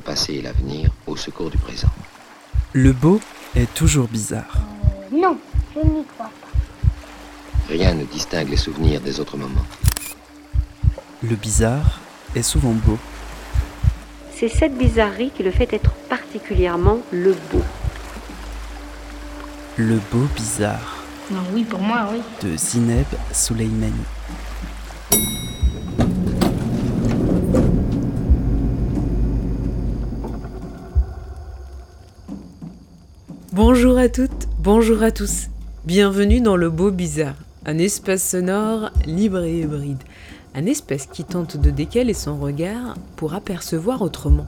passé et l'avenir au secours du présent. Le beau est toujours bizarre. Non, je n'y crois pas. Rien ne distingue les souvenirs des autres moments. Le bizarre est souvent beau. C'est cette bizarrerie qui le fait être particulièrement le beau. Le beau bizarre. Non, oui, pour moi, oui. De Zineb Souleimani. Bonjour à toutes, bonjour à tous. Bienvenue dans Le Beau Bizarre, un espace sonore libre et hybride. Un espace qui tente de décaler son regard pour apercevoir autrement.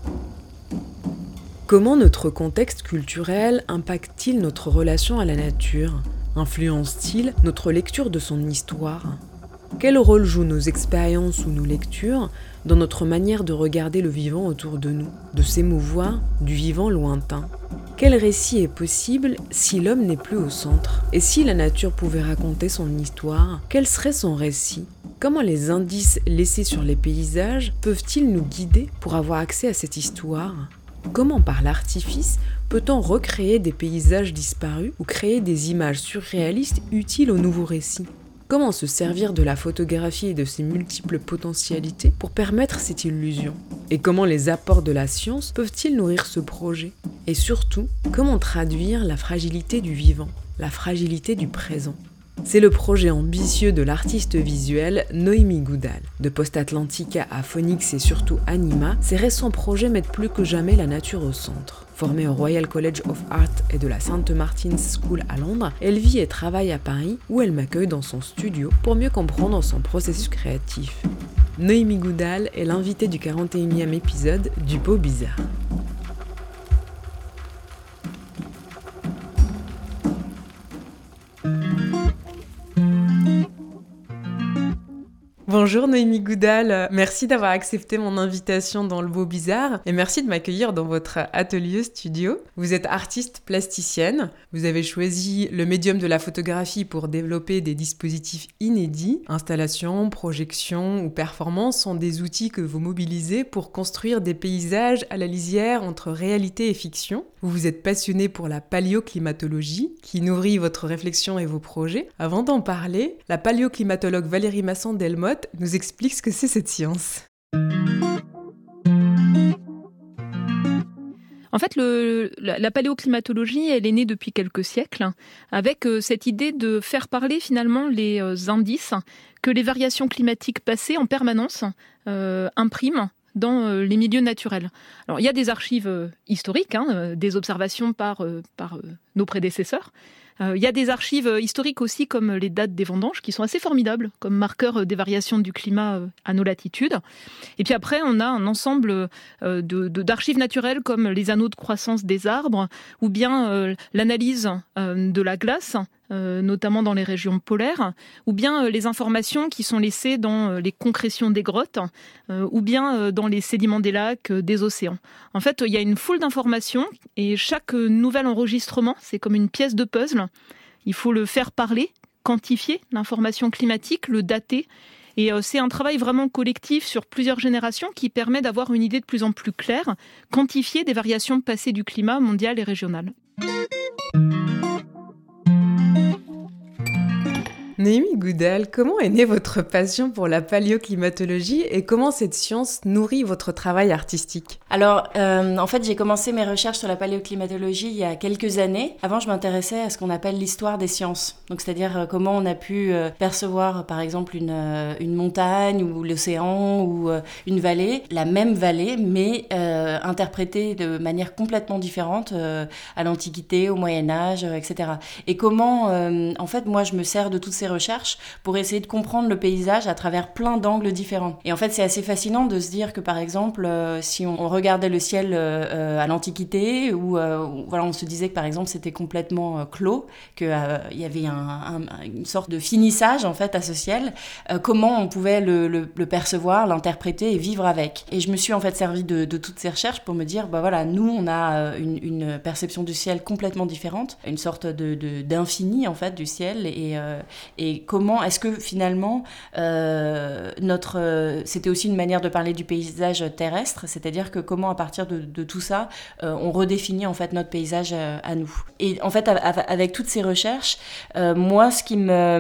Comment notre contexte culturel impacte-t-il notre relation à la nature ? Influence-t-il notre lecture de son histoire ? Quel rôle jouent nos expériences ou nos lectures dans notre manière de regarder le vivant autour de nous, de s'émouvoir du vivant lointain ? Quel récit est possible si l'homme n'est plus au centre ? Et si la nature pouvait raconter son histoire, quel serait son récit ? Comment les indices laissés sur les paysages peuvent-ils nous guider pour avoir accès à cette histoire ? Comment par l'artifice peut-on recréer des paysages disparus ou créer des images surréalistes utiles au nouveau récit ? Comment se servir de la photographie et de ses multiples potentialités pour permettre cette illusion ? Et comment les apports de la science peuvent-ils nourrir ce projet ? Et surtout, comment traduire la fragilité du vivant, la fragilité du présent ? C'est le projet ambitieux de l'artiste visuelle Noémie Goudal. De Post-Atlantica à Phonix et surtout Anima, ses récents projets mettent plus que jamais la nature au centre. Formée au Royal College of Art et de la St. Martin's School à Londres, elle vit et travaille à Paris où elle m'accueille dans son studio pour mieux comprendre son processus créatif. Noémie Goudal est l'invitée du 41e épisode du Beau Bizarre. Bonjour Noémie Goudal, merci d'avoir accepté mon invitation dans Le Beau Bizarre et merci de m'accueillir dans votre atelier studio. Vous êtes artiste plasticienne, vous avez choisi le médium de la photographie pour développer des dispositifs inédits. Installation, projection ou performance sont des outils que vous mobilisez pour construire des paysages à la lisière entre réalité et fiction. Vous vous êtes passionné pour la paléoclimatologie qui nourrit votre réflexion et vos projets. Avant d'en parler, la paléoclimatologue Valérie Masson-Delmotte nous explique ce que c'est cette science. En fait, la paléoclimatologie, elle est née depuis quelques siècles avec cette idée de faire parler finalement les indices que les variations climatiques passées en permanence impriment dans les milieux naturels. Alors, il y a des archives historiques, des observations par nos prédécesseurs. Il y a des archives historiques aussi comme les dates des vendanges qui sont assez formidables comme marqueurs des variations du climat à nos latitudes. Et puis après, on a un ensemble d'archives naturelles comme les anneaux de croissance des arbres ou bien l'analyse de la glace, notamment dans les régions polaires, ou bien les informations qui sont laissées dans les concrétions des grottes, ou bien dans les sédiments des lacs, des océans. En fait, il y a une foule d'informations et chaque nouvel enregistrement, c'est comme une pièce de puzzle. Il faut le faire parler, quantifier l'information climatique, le dater. Et c'est un travail vraiment collectif sur plusieurs générations qui permet d'avoir une idée de plus en plus claire, quantifier des variations passées du climat mondial et régional. Noémie Goudal, comment est née votre passion pour la paléoclimatologie et comment cette science nourrit votre travail artistique ? Alors, en fait, j'ai commencé mes recherches sur la paléoclimatologie il y a quelques années. Avant, je m'intéressais à ce qu'on appelle l'histoire des sciences. Donc, c'est-à-dire comment on a pu percevoir, par exemple, une montagne ou l'océan ou une vallée, la même vallée, mais interprétée de manière complètement différente à l'Antiquité, au Moyen-Âge, etc. Et comment, en fait, moi, je me sers de toutes ces recherches pour essayer de comprendre le paysage à travers plein d'angles différents. Et en fait, c'est assez fascinant de se dire que, par exemple, si on regardait le ciel à l'Antiquité, ou voilà, on se disait que, par exemple, c'était complètement clos, qu'il y avait une sorte de finissage, en fait, à ce ciel, comment on pouvait le percevoir, l'interpréter et vivre avec. Et je me suis, en fait, servi de toutes ces recherches recherches pour me dire, bah voilà, nous, on a une perception du ciel complètement différente, une sorte d'infini, en fait, du ciel, et comment est-ce que, finalement, c'était aussi une manière de parler du paysage terrestre, c'est-à-dire que comment, à partir de tout ça, on redéfinit, en fait, notre paysage à nous. Et, en fait, avec toutes ces recherches, moi, ce qui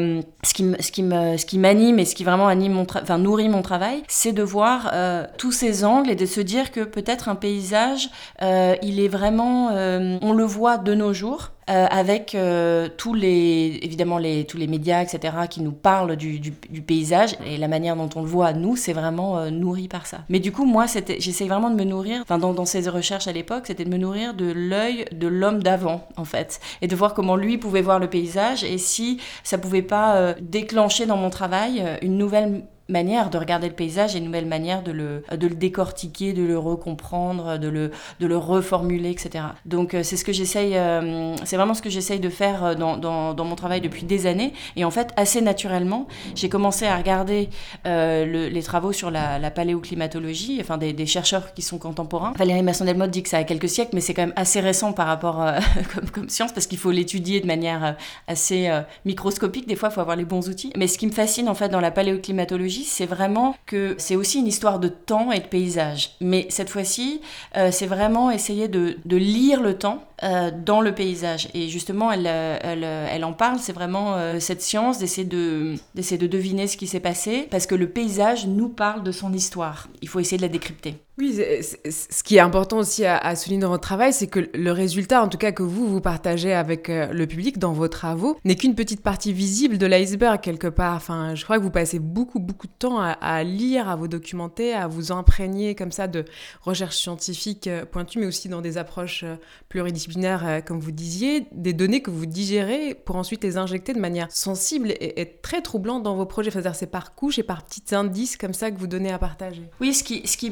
m'anime et ce qui vraiment nourrit mon travail, c'est de voir tous ces angles et de se dire que peut-être un paysage, il est vraiment, on le voit de nos jours. Avec tous les médias, etc., qui nous parlent du paysage, et la manière dont on le voit, nous, c'est vraiment nourri par ça. Mais du coup, moi, j'essaie vraiment de me nourrir, dans ces recherches à l'époque, c'était de me nourrir de l'œil de l'homme d'avant, en fait, et de voir comment lui pouvait voir le paysage, et si ça pouvait pas déclencher dans mon travail une nouvelle manière de regarder le paysage et une nouvelle manière de le décortiquer, de le recomprendre, de le reformuler, etc. Donc c'est vraiment ce que j'essaye de faire dans mon travail depuis des années. Et en fait, assez naturellement, j'ai commencé à regarder les travaux sur la paléoclimatologie, enfin des chercheurs qui sont contemporains. Valérie Masson-Delmotte dit que ça a quelques siècles, mais c'est quand même assez récent par rapport comme science, parce qu'il faut l'étudier de manière assez microscopique. Des fois, il faut avoir les bons outils. Mais ce qui me fascine en fait dans la paléoclimatologie, c'est vraiment que c'est aussi une histoire de temps et de paysage. Mais cette fois-ci, c'est vraiment essayer de lire le temps dans le paysage. Et justement, elle en parle, c'est vraiment cette science d'essayer de deviner ce qui s'est passé, parce que le paysage nous parle de son histoire. Il faut essayer de la décrypter. Oui, ce qui est important aussi à souligner dans votre travail, c'est que le résultat, en tout cas que vous partagez avec le public dans vos travaux, n'est qu'une petite partie visible de l'iceberg quelque part. Enfin, je crois que vous passez beaucoup de temps à lire, à vous documenter, à vous imprégner comme ça de recherches scientifiques pointues, mais aussi dans des approches pluridisciplinaires, comme vous disiez, des données que vous digérez pour ensuite les injecter de manière sensible et très troublante dans vos projets. C'est-à-dire c'est par couches et par petits indices comme ça que vous donnez à partager. Oui, ce qui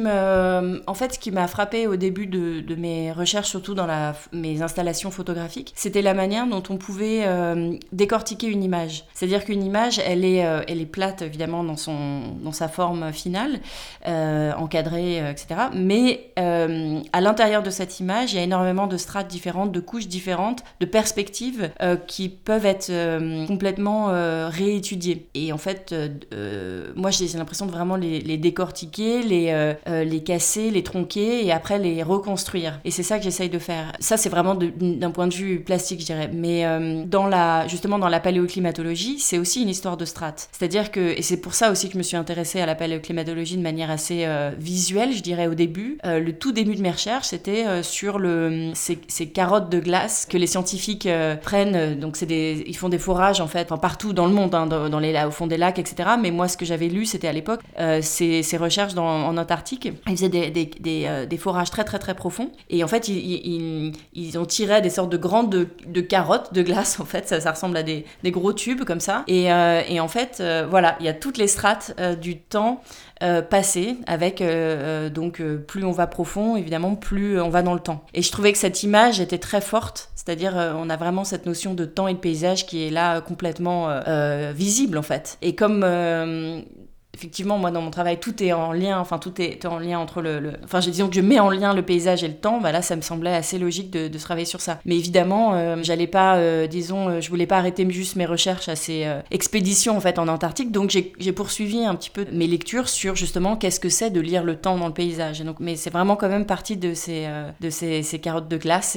m'a frappé au début de mes recherches, surtout dans mes installations photographiques, c'était la manière dont on pouvait décortiquer une image. C'est-à-dire qu'une image, elle est plate évidemment dans sa forme finale, encadrée, etc. Mais à l'intérieur de cette image, il y a énormément de strates différentes, de couches différentes, de perspectives qui peuvent être complètement réétudiées. Et en fait, moi j'ai l'impression de vraiment les décortiquer, les casser, les tronquer et après les reconstruire. Et c'est ça que j'essaye de faire. Ça, c'est vraiment d'un point de vue plastique, je dirais. Mais justement, dans la paléoclimatologie, c'est aussi une histoire de strates. C'est-à-dire que, et c'est pour ça aussi que je me suis intéressée à la paléoclimatologie de manière assez visuelle, je dirais, au début. Le tout début de mes recherches, c'était sur ces carottes de glace que les scientifiques prennent. Donc, ils font des forages, en fait, partout dans le monde, hein, au fond des lacs, etc. Mais moi, ce que j'avais lu, c'était à l'époque, ces recherches en Antarctique. Ils faisaient des forages très, très, très profonds. Et en fait, ils en tiraient des sortes de carottes de glace, en fait. Ça ressemble à des gros tubes, comme ça. Et en fait, voilà, il y a toutes les strates du temps passé, avec donc plus on va profond, évidemment, plus on va dans le temps. Et je trouvais que cette image était très forte, c'est-à-dire on a vraiment cette notion de temps et de paysage qui est là complètement visible, en fait. Et comme effectivement, moi, dans mon travail, tout est en lien, tout est en lien entre disons que je mets en lien le paysage et le temps, là, ça me semblait assez logique de travailler sur ça. Mais évidemment, j'allais pas, je voulais pas arrêter juste mes recherches à ces expéditions, en fait, en Antarctique, donc j'ai poursuivi un petit peu mes lectures sur, justement, qu'est-ce que c'est de lire le temps dans le paysage. Et donc, mais c'est vraiment quand même partie de ces carottes de glace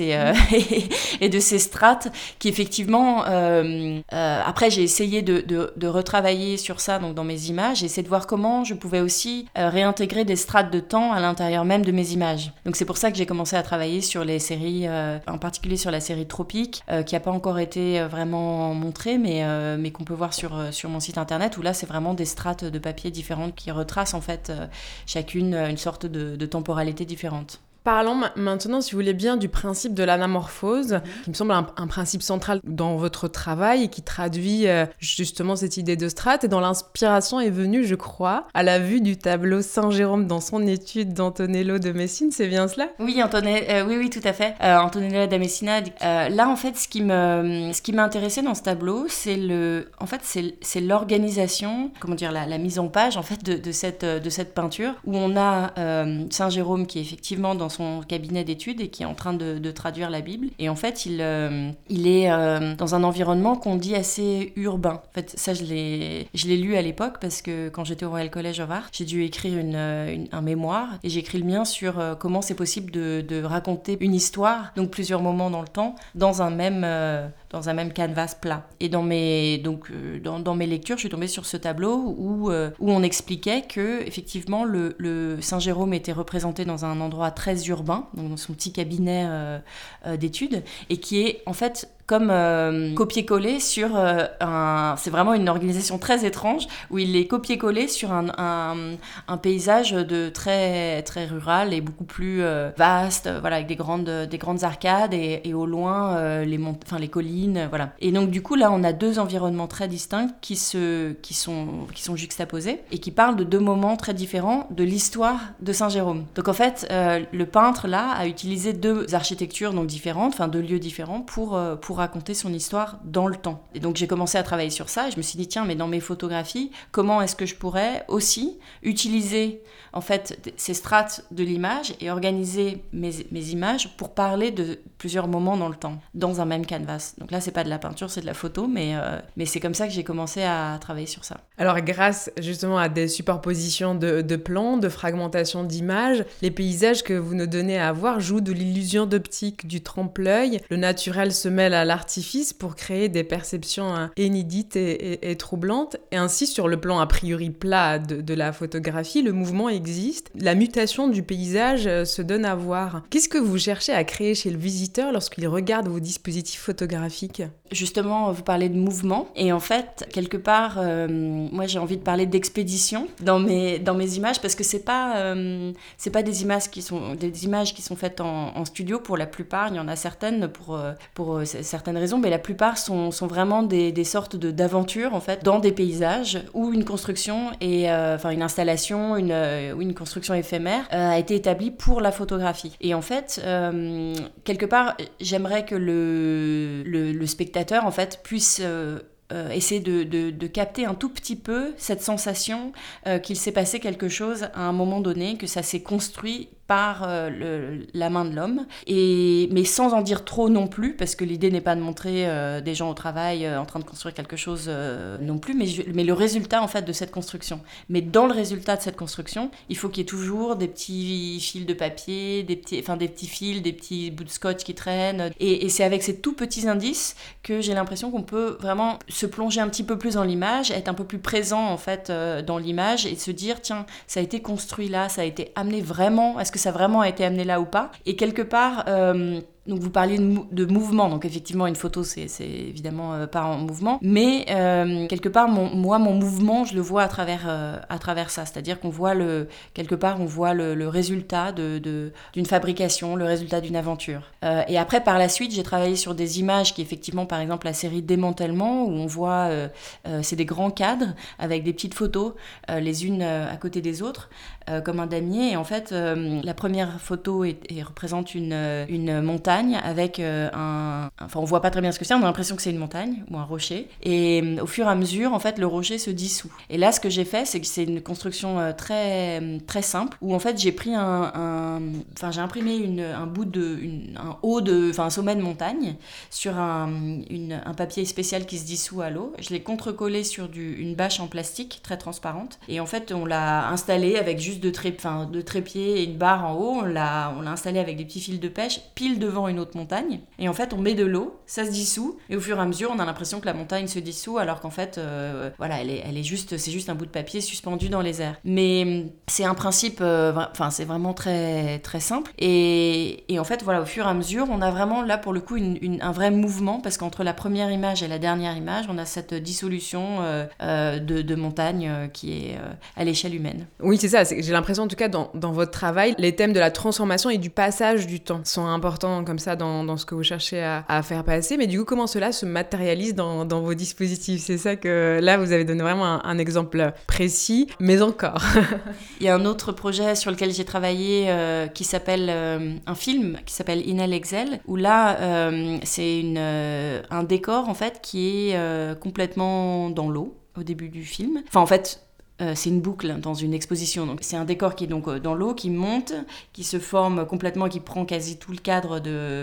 et de ces strates qui, effectivement, après, j'ai essayé de retravailler sur ça, donc, dans mes images, j'ai essayé de voir comment je pouvais aussi réintégrer des strates de temps à l'intérieur même de mes images. Donc c'est pour ça que j'ai commencé à travailler sur les séries, en particulier sur la série Tropique, qui n'a pas encore été vraiment montrée, mais qu'on peut voir sur mon site internet, où là c'est vraiment des strates de papier différentes qui retracent en fait chacune une sorte de temporalité différente. Parlons maintenant, si vous voulez bien, du principe de l'anamorphose, qui me semble un principe central dans votre travail et qui traduit justement cette idée de strate. Et dont l'inspiration est venue, je crois, à la vue du tableau Saint-Jérôme dans son étude d'Antonello de Messine, c'est bien cela ? Oui, oui, tout à fait. Antonello da Messina. Là, en fait, ce qui m'a intéressé dans ce tableau, c'est l'organisation, la mise en page en fait de cette peinture, où on a Saint-Jérôme qui est effectivement dans dans son cabinet d'études et qui est en train de traduire la Bible. Et en fait, il est dans un environnement qu'on dit assez urbain. En fait, ça, je l'ai lu à l'époque parce que quand j'étais au Royal College of Art, j'ai dû écrire un mémoire et j'ai écrit le mien sur comment c'est possible de raconter une histoire, donc plusieurs moments dans le temps, dans un même canvas plat. Et dans mes lectures, je suis tombée sur ce tableau où on expliquait que effectivement le Saint Jérôme était représenté dans un endroit très urbain, donc dans son petit cabinet d'études, et qui est en fait comme copier-coller sur c'est vraiment une organisation très étrange où il est copié-collé sur un paysage de très très rural et beaucoup plus vaste, voilà, avec des grandes arcades et au loin les collines, voilà. Et donc du coup là on a deux environnements très distincts qui sont juxtaposés et qui parlent de deux moments très différents de l'histoire de Saint-Jérôme. Donc en fait le peintre là a utilisé deux architectures donc différentes, enfin deux lieux différents pour raconter son histoire dans le temps. Et donc j'ai commencé à travailler sur ça et je me suis dit tiens, mais dans mes photographies, comment est-ce que je pourrais aussi utiliser en fait ces strates de l'image et organiser mes images pour parler de plusieurs moments dans le temps, dans un même canvas. Donc là c'est pas de la peinture, c'est de la photo, mais c'est comme ça que j'ai commencé à travailler sur ça. Alors grâce justement à des superpositions de plans, de fragmentation d'images, les paysages que vous nous donnez à voir jouent de l'illusion d'optique, du trompe-l'œil, le naturel se mêle à l'artifice pour créer des perceptions inédites et troublantes. Et ainsi, sur le plan a priori plat de la photographie, le mouvement existe. La mutation du paysage se donne à voir. Qu'est-ce que vous cherchez à créer chez le visiteur lorsqu'il regarde vos dispositifs photographiques ? Justement, vous parlez de mouvement. Et en fait, quelque part, moi j'ai envie de parler d'expédition dans mes images parce que c'est pas des images qui sont faites en studio pour la plupart. Il y en a certaines pour certaines raisons, mais la plupart sont vraiment des sortes d'aventures en fait dans des paysages où une construction une installation, une construction éphémère a été établie pour la photographie. Et en fait, quelque part, j'aimerais que le spectateur en fait puisse essayer de capter un tout petit peu cette sensation qu'il s'est passé quelque chose à un moment donné, que ça s'est construit par la main de l'homme, mais sans en dire trop non plus, parce que l'idée n'est pas de montrer des gens au travail en train de construire quelque chose non plus, mais le résultat en fait de cette construction. Mais dans le résultat de cette construction, il faut qu'il y ait toujours des petits fils de papier, des petits fils, des petits bouts de scotch qui traînent, et c'est avec ces tout petits indices que j'ai l'impression qu'on peut vraiment se plonger un petit peu plus dans l'image, être un peu plus présent en fait dans l'image et se dire tiens, ça a été construit là, ça a été amené vraiment, est-ce que ça a vraiment été amené là ou pas ? Et quelque part, donc vous parliez de mouvement, donc effectivement une photo c'est évidemment pas en mouvement, mais quelque part mon mouvement je le vois à travers ça, c'est-à-dire qu'on voit le résultat d'une fabrication, le résultat d'une aventure. Et après par la suite j'ai travaillé sur des images qui effectivement par exemple la série Démantèlement où on voit c'est des grands cadres avec des petites photos les unes à côté des autres comme un damier, et en fait la première photo représente une montagne avec on voit pas très bien ce que c'est, on a l'impression que c'est une montagne ou un rocher, et au fur et à mesure en fait le rocher se dissout. Et là ce que j'ai fait c'est que c'est une construction très très simple où en fait j'ai pris j'ai imprimé un sommet de montagne sur un papier spécial qui se dissout à l'eau. Je l'ai contre-collé sur une bâche en plastique très transparente, et en fait on l'a installé avec juste de trépied et une barre en haut. On l'a installé avec des petits fils de pêche pile devant une autre montagne, et en fait on met de l'eau, ça se dissout, et au fur et à mesure on a l'impression que la montagne se dissout alors qu'en fait c'est juste un bout de papier suspendu dans les airs. Mais c'est un principe c'est vraiment très très simple, et en fait voilà, au fur et à mesure on a vraiment là pour le coup un vrai mouvement, parce qu'entre la première image et la dernière image on a cette dissolution de montagne qui est à l'échelle humaine. Oui, c'est ça, j'ai l'impression en tout cas dans votre travail, les thèmes de la transformation et du passage du temps sont importants comme ça dans ce que vous cherchez à faire passer. Mais du coup, comment cela se matérialise dans vos dispositifs ? C'est ça que là, vous avez donné vraiment un exemple précis, mais encore. Il y a un autre projet sur lequel j'ai travaillé qui s'appelle un film qui s'appelle Inel Excel, où là, c'est un décor en fait qui est complètement dans l'eau au début du film. Enfin, en fait, c'est une boucle dans une exposition. Donc, c'est un décor qui est donc dans l'eau, qui monte, qui se forme complètement, qui prend quasi tout le cadre de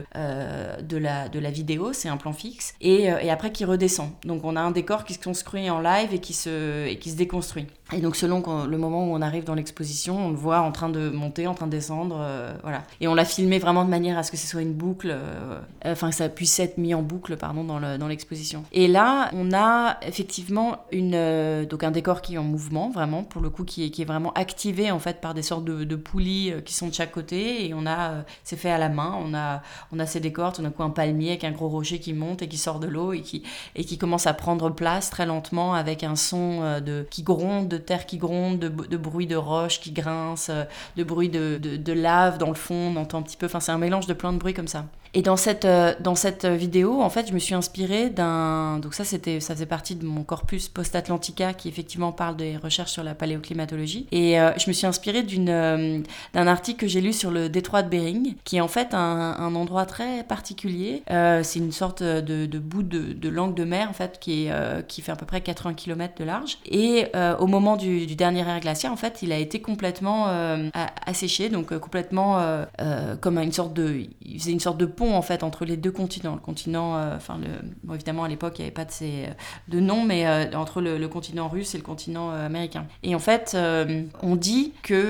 la vidéo, c'est un plan fixe, et après qui redescend. Donc on a un décor qui se construit en live et qui se déconstruit. Et donc selon le moment où on arrive dans l'exposition, on le voit en train de monter, en train de descendre, voilà. Et on l'a filmé vraiment de manière à ce que ce soit une boucle, que ça puisse être mis en boucle, dans l'exposition. Et là, on a effectivement donc un décor qui est en mouvement, vraiment, pour le coup, qui est vraiment activé en fait par des sortes de poulies qui sont de chaque côté, et c'est fait à la main. On a ces décors, tout d'un coup un palmier avec un gros rocher qui monte et qui sort de l'eau et qui commence à prendre place très lentement avec un son qui gronde, de terre qui gronde, de bruit de roche qui grince, de bruit de lave dans le fond, on entend un petit peu, c'est un mélange de plein de bruits comme ça. Et dans cette vidéo, en fait, je me suis inspirée donc ça faisait partie de mon corpus post-Atlantica qui effectivement parle des recherches sur la paléoclimatologie. Et je me suis inspirée d'un article que j'ai lu sur le détroit de Bering, qui est en fait un endroit très particulier. C'est une sorte de bout de langue de mer, en fait, qui fait à peu près 80 km de large. Et au moment du dernier air glaciaire, en fait, il a été complètement asséché, donc complètement comme il faisait une sorte de pont en fait entre les deux continents. Le continent, évidemment à l'époque il n'y avait pas de nom, mais entre le continent russe et le continent américain. Et en fait, on dit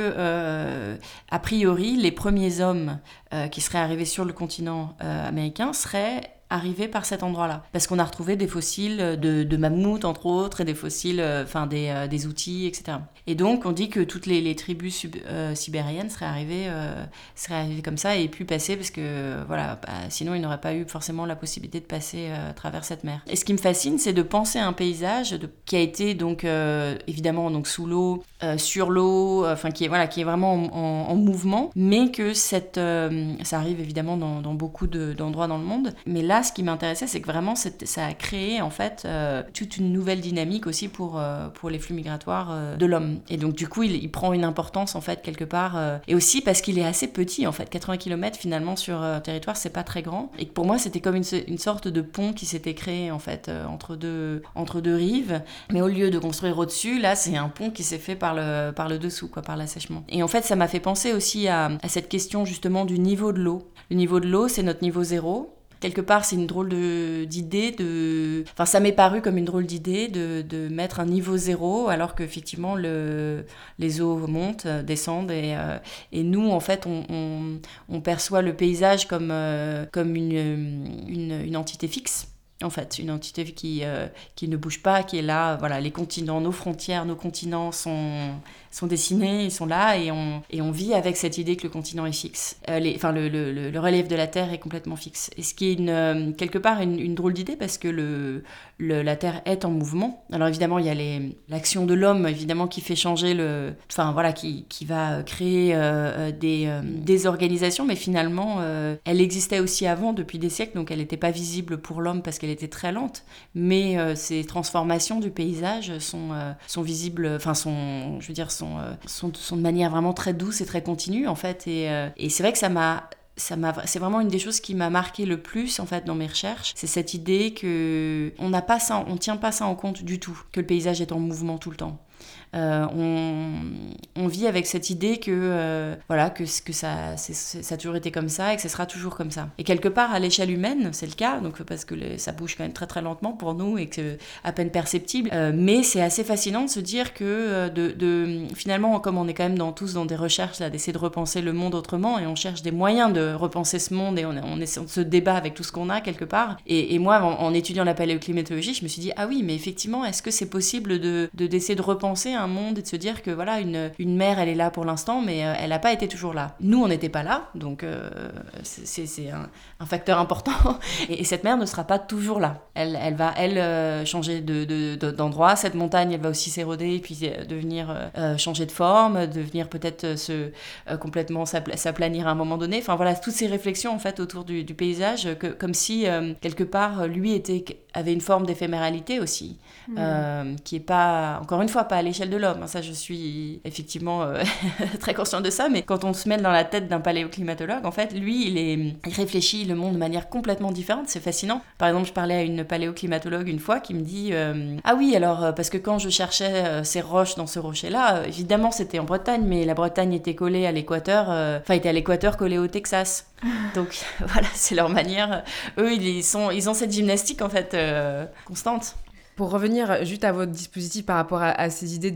que a priori les premiers hommes qui seraient arrivés sur le continent américain seraient arrivés par cet endroit-là. Parce qu'on a retrouvé des fossiles de mammouths, entre autres, et des fossiles, des outils, etc. Et donc, on dit que toutes les tribus sibériennes seraient arrivées comme ça et aient pu passer, parce que, sinon, ils n'auraient pas eu forcément la possibilité de passer à travers cette mer. Et ce qui me fascine, c'est de penser à un paysage qui a été, donc, évidemment, donc, sous l'eau, sur l'eau, qui est vraiment en mouvement, mais que ça arrive, évidemment, dans beaucoup d'endroits dans le monde. Mais là, ce qui m'intéressait, c'est que vraiment, ça a créé, en fait, toute une nouvelle dynamique aussi pour les flux migratoires de l'homme. Et donc, du coup, il prend une importance, en fait, quelque part. Et aussi parce qu'il est assez petit, en fait. 80 km, finalement, sur un territoire, c'est pas très grand. Et que pour moi, c'était comme une sorte de pont qui s'était créé, en fait, entre deux rives. Mais au lieu de construire au-dessus, là, c'est un pont qui s'est fait par le dessous, par l'assèchement. Et en fait, ça m'a fait penser aussi à cette question, justement, du niveau de l'eau. Le niveau de l'eau, c'est notre niveau zéro. Quelque part, c'est une drôle d'idée ça m'est paru comme une drôle d'idée de mettre un niveau zéro, alors qu'effectivement, les eaux montent, descendent, et nous, en fait, on perçoit le paysage comme une entité fixe. En fait, une entité qui ne bouge pas, qui est là. Voilà, les continents, nos frontières, nos continents sont dessinés, ils sont là, et on vit avec cette idée que le continent est fixe. Le relief de la Terre est complètement fixe. Et ce qui est quelque part une drôle d'idée, parce que la Terre est en mouvement. Alors évidemment, il y a l'action de l'homme, évidemment, qui fait changer qui va créer des organisations, mais finalement, elle existait aussi avant, depuis des siècles, donc elle n'était pas visible pour l'homme parce qu'elle était très lente, mais ces transformations du paysage sont visibles, sont de manière vraiment très douce et très continue, en fait, et c'est vrai que c'est vraiment une des choses qui m'a marqué le plus, en fait, dans mes recherches. C'est cette idée que on tient pas ça en compte du tout, que le paysage est en mouvement tout le temps. On vit avec cette idée que ça a toujours été comme ça et que ce sera toujours comme ça. Et quelque part, à l'échelle humaine, c'est le cas, donc parce que ça bouge quand même très très lentement pour nous et que à peine perceptible. Mais c'est assez fascinant de se dire que finalement, comme on est quand même tous dans des recherches là, d'essayer de repenser le monde autrement, et on cherche des moyens de repenser ce monde, et on essaie de se débat avec tout ce qu'on a quelque part. Et moi, en étudiant la paléoclimatologie, je me suis dit, ah oui, mais effectivement, est-ce que c'est possible d'essayer de repenser un monde et de se dire que voilà, une mer, elle est là pour l'instant, mais elle n'a pas été toujours là. Nous, on n'était pas là, donc c'est un facteur important. Et cette mer ne sera pas toujours là. Elle va changer d'endroit. Cette montagne, elle va aussi s'éroder et puis devenir changer de forme, devenir peut-être complètement s'aplanir à un moment donné. Enfin voilà, toutes ces réflexions en fait autour du paysage, comme si quelque part lui était avait une forme d'éphéméralité aussi, qui est pas, encore une fois, pas à l'échelle de l'homme. Ça, je suis effectivement très consciente de ça, mais quand on se met dans la tête d'un paléoclimatologue, en fait, lui, il réfléchit le monde de manière complètement différente. C'est fascinant. Par exemple, je parlais à une paléoclimatologue une fois qui me dit ah oui, alors, parce que quand je cherchais ces roches dans ce rocher-là, évidemment, c'était en Bretagne, mais la Bretagne était collée à l'équateur, était à l'équateur collée au Texas. Donc voilà, c'est leur manière. Eux, ils ont cette gymnastique en fait constante. Pour revenir juste à votre dispositif par rapport à ces idées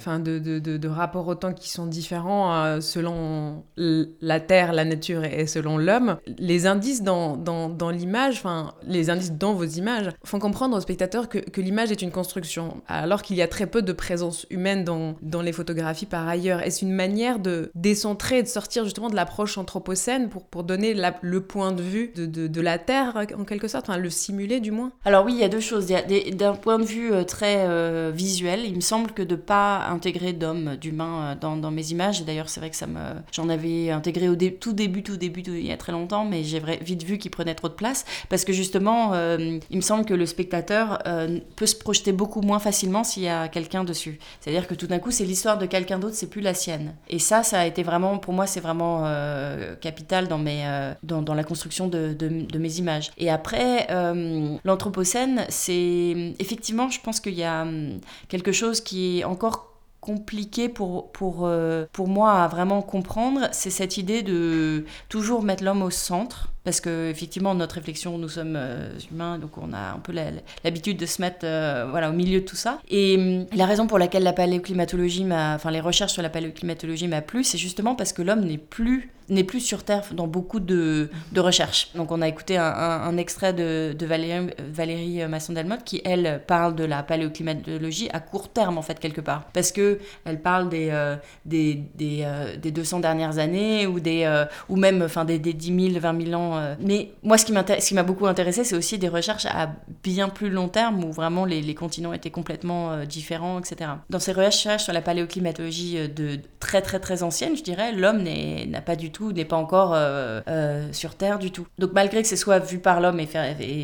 de rapport au temps qui sont différents selon la Terre, la nature et selon l'homme, les indices dans l'image, les indices dans vos images, font comprendre aux spectateurs que l'image est une construction, alors qu'il y a très peu de présence humaine dans les photographies par ailleurs. Est-ce une manière de décentrer et de sortir justement de l'approche anthropocène pour donner le point de vue de la Terre, en quelque sorte, le simuler du moins? Alors oui, il y a deux choses. Il y a d'un point de vue très visuel, il me semble que de pas intégrer d'humain dans mes images, et d'ailleurs c'est vrai que j'en avais intégré au tout début, il y a très longtemps, mais j'ai vite vu qu'il prenait trop de place, parce que justement, il me semble que le spectateur peut se projeter beaucoup moins facilement s'il y a quelqu'un dessus. C'est-à-dire que tout d'un coup, c'est l'histoire de quelqu'un d'autre, c'est plus la sienne. Et ça a été vraiment, pour moi, c'est vraiment capital dans la construction de mes images. Et après, l'anthropocène, c'est effectivement, je pense qu'il y a quelque chose qui est encore compliqué pour moi à vraiment comprendre, c'est cette idée de toujours mettre l'homme au centre. Parce que effectivement, notre réflexion, nous sommes humains, donc on a un peu l'habitude de se mettre au milieu de tout ça. Et la raison pour laquelle la paléoclimatologie les recherches sur la paléoclimatologie m'a plu, c'est justement parce que l'homme n'est plus sur Terre dans beaucoup de recherches. Donc on a écouté un extrait de Valérie Masson-Delmotte qui, elle, parle de la paléoclimatologie à court terme, en fait, quelque part. Parce que elle parle des 200 dernières années ou même des 10 000, 20 000 ans. Mais moi, ce qui m'a beaucoup intéressé, c'est aussi des recherches à bien plus long terme où vraiment les continents étaient complètement différents, etc. Dans ces recherches sur la paléoclimatologie de très très très ancienne, je dirais, l'homme n'est pas encore sur Terre du tout. Donc malgré que ce soit vu par l'homme et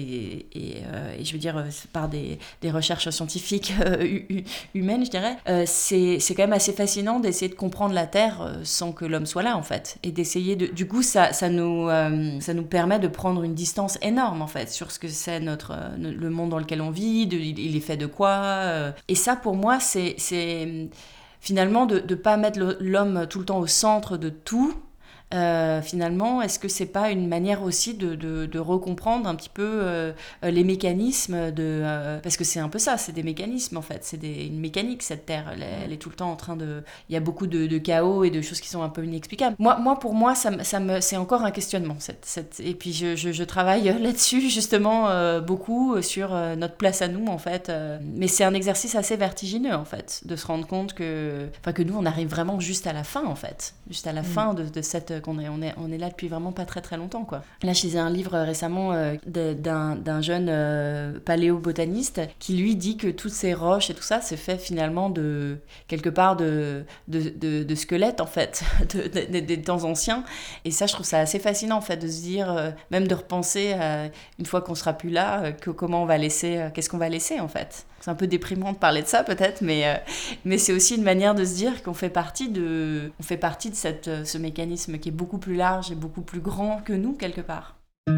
je veux dire par des recherches scientifiques humaines, je dirais, c'est quand même assez fascinant d'essayer de comprendre la Terre sans que l'homme soit là, en fait, et d'essayer du coup ça nous permet de prendre une distance énorme, en fait, sur ce que c'est le monde dans lequel on vit, il est fait de quoi, et ça pour moi c'est finalement de pas mettre l'homme tout le temps au centre de tout. Finalement, est-ce que c'est pas une manière aussi de recomprendre un petit peu les mécanismes parce que c'est un peu ça, c'est des mécanismes, en fait, c'est une mécanique, cette Terre, elle est tout le temps en train il y a beaucoup de chaos et de choses qui sont un peu inexplicables. Pour moi, c'est encore un questionnement, et puis je travaille là-dessus justement beaucoup sur notre place à nous, en fait, mais c'est un exercice assez vertigineux, en fait, de se rendre compte que nous on arrive vraiment juste à la fin, en fait, juste à la fin de cette qu'on est là depuis vraiment pas très très longtemps, quoi. Là, je lisais un livre récemment d'un jeune paléobotaniste qui lui dit que toutes ces roches et tout ça, c'est fait finalement quelque part de squelettes, en fait, des temps anciens. Et ça, je trouve ça assez fascinant, en fait, de se dire, même de repenser une fois qu'on sera plus là, comment on va laisser, qu'est-ce qu'on va laisser, en fait. C'est un peu déprimant de parler de ça, peut-être, mais c'est aussi une manière de se dire qu'on fait partie de ce mécanisme qui est beaucoup plus large et beaucoup plus grand que nous, quelque part.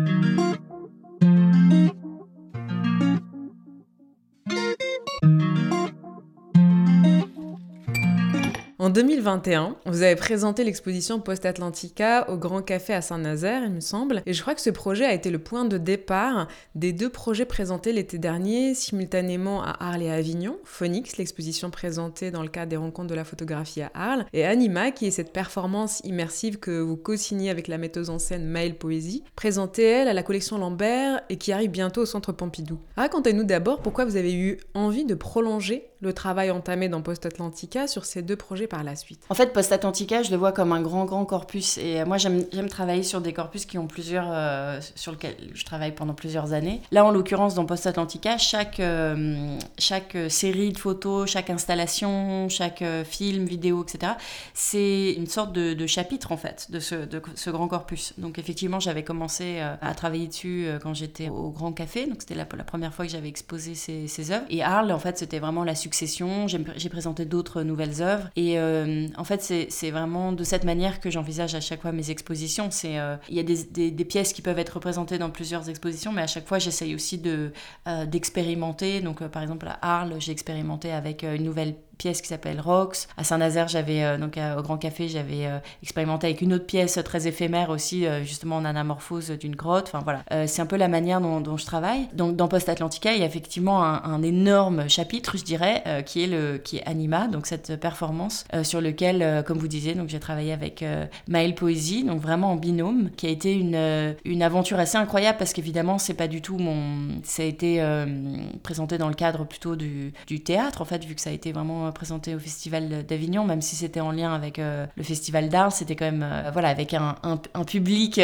En 2021, vous avez présenté l'exposition Post-Atlantica au Grand Café à Saint-Nazaire, il me semble, et je crois que ce projet a été le point de départ des 2 projets présentés l'été dernier, simultanément à Arles et à Avignon, Phonix, l'exposition présentée dans le cadre des rencontres de la photographie à Arles, et Anima, qui est cette performance immersive que vous co-signez avec la metteuse en scène Maëlle Poésie, présentée, elle, à la collection Lambert et qui arrive bientôt au Centre Pompidou. Racontez-nous d'abord pourquoi vous avez eu envie de prolonger le travail entamé dans Post-Atlantica sur ces 2 projets par par la suite? En fait, Post Atlantica, je le vois comme un grand corpus. Et moi, j'aime travailler sur des corpus qui ont sur lesquels je travaille pendant plusieurs années. Là, en l'occurrence, dans Post Atlantica, chaque série de photos, chaque installation, chaque film, vidéo, etc., c'est une sorte de chapitre, en fait, de ce grand corpus. Donc, effectivement, j'avais commencé à travailler dessus quand j'étais au Grand Café. Donc, c'était la première fois que j'avais exposé ces œuvres. Et Arles, en fait, c'était vraiment la succession. J'ai présenté d'autres nouvelles œuvres. Et en fait, c'est vraiment de cette manière que j'envisage à chaque fois mes expositions. Il y a des pièces qui peuvent être représentées dans plusieurs expositions, mais à chaque fois, j'essaye aussi d'expérimenter. Donc, par exemple, à Arles, j'ai expérimenté avec une nouvelle pièce qui s'appelle Rox. À Saint-Nazaire, au Grand Café, j'avais expérimenté avec une autre pièce très éphémère aussi, justement en anamorphose d'une grotte. Enfin voilà, c'est un peu la manière dont je travaille. Donc dans Post Atlantica, il y a effectivement un énorme chapitre, je dirais, qui est Anima, donc cette performance sur lequel, comme vous disiez, donc j'ai travaillé avec Maëlle Poésie, donc vraiment en binôme, qui a été une aventure assez incroyable parce qu'évidemment, c'est pas du tout ça a été présenté dans le cadre plutôt du théâtre en fait, vu que ça a été vraiment présenté au Festival d'Avignon, même si c'était en lien avec le Festival d'Arles, c'était quand même avec un public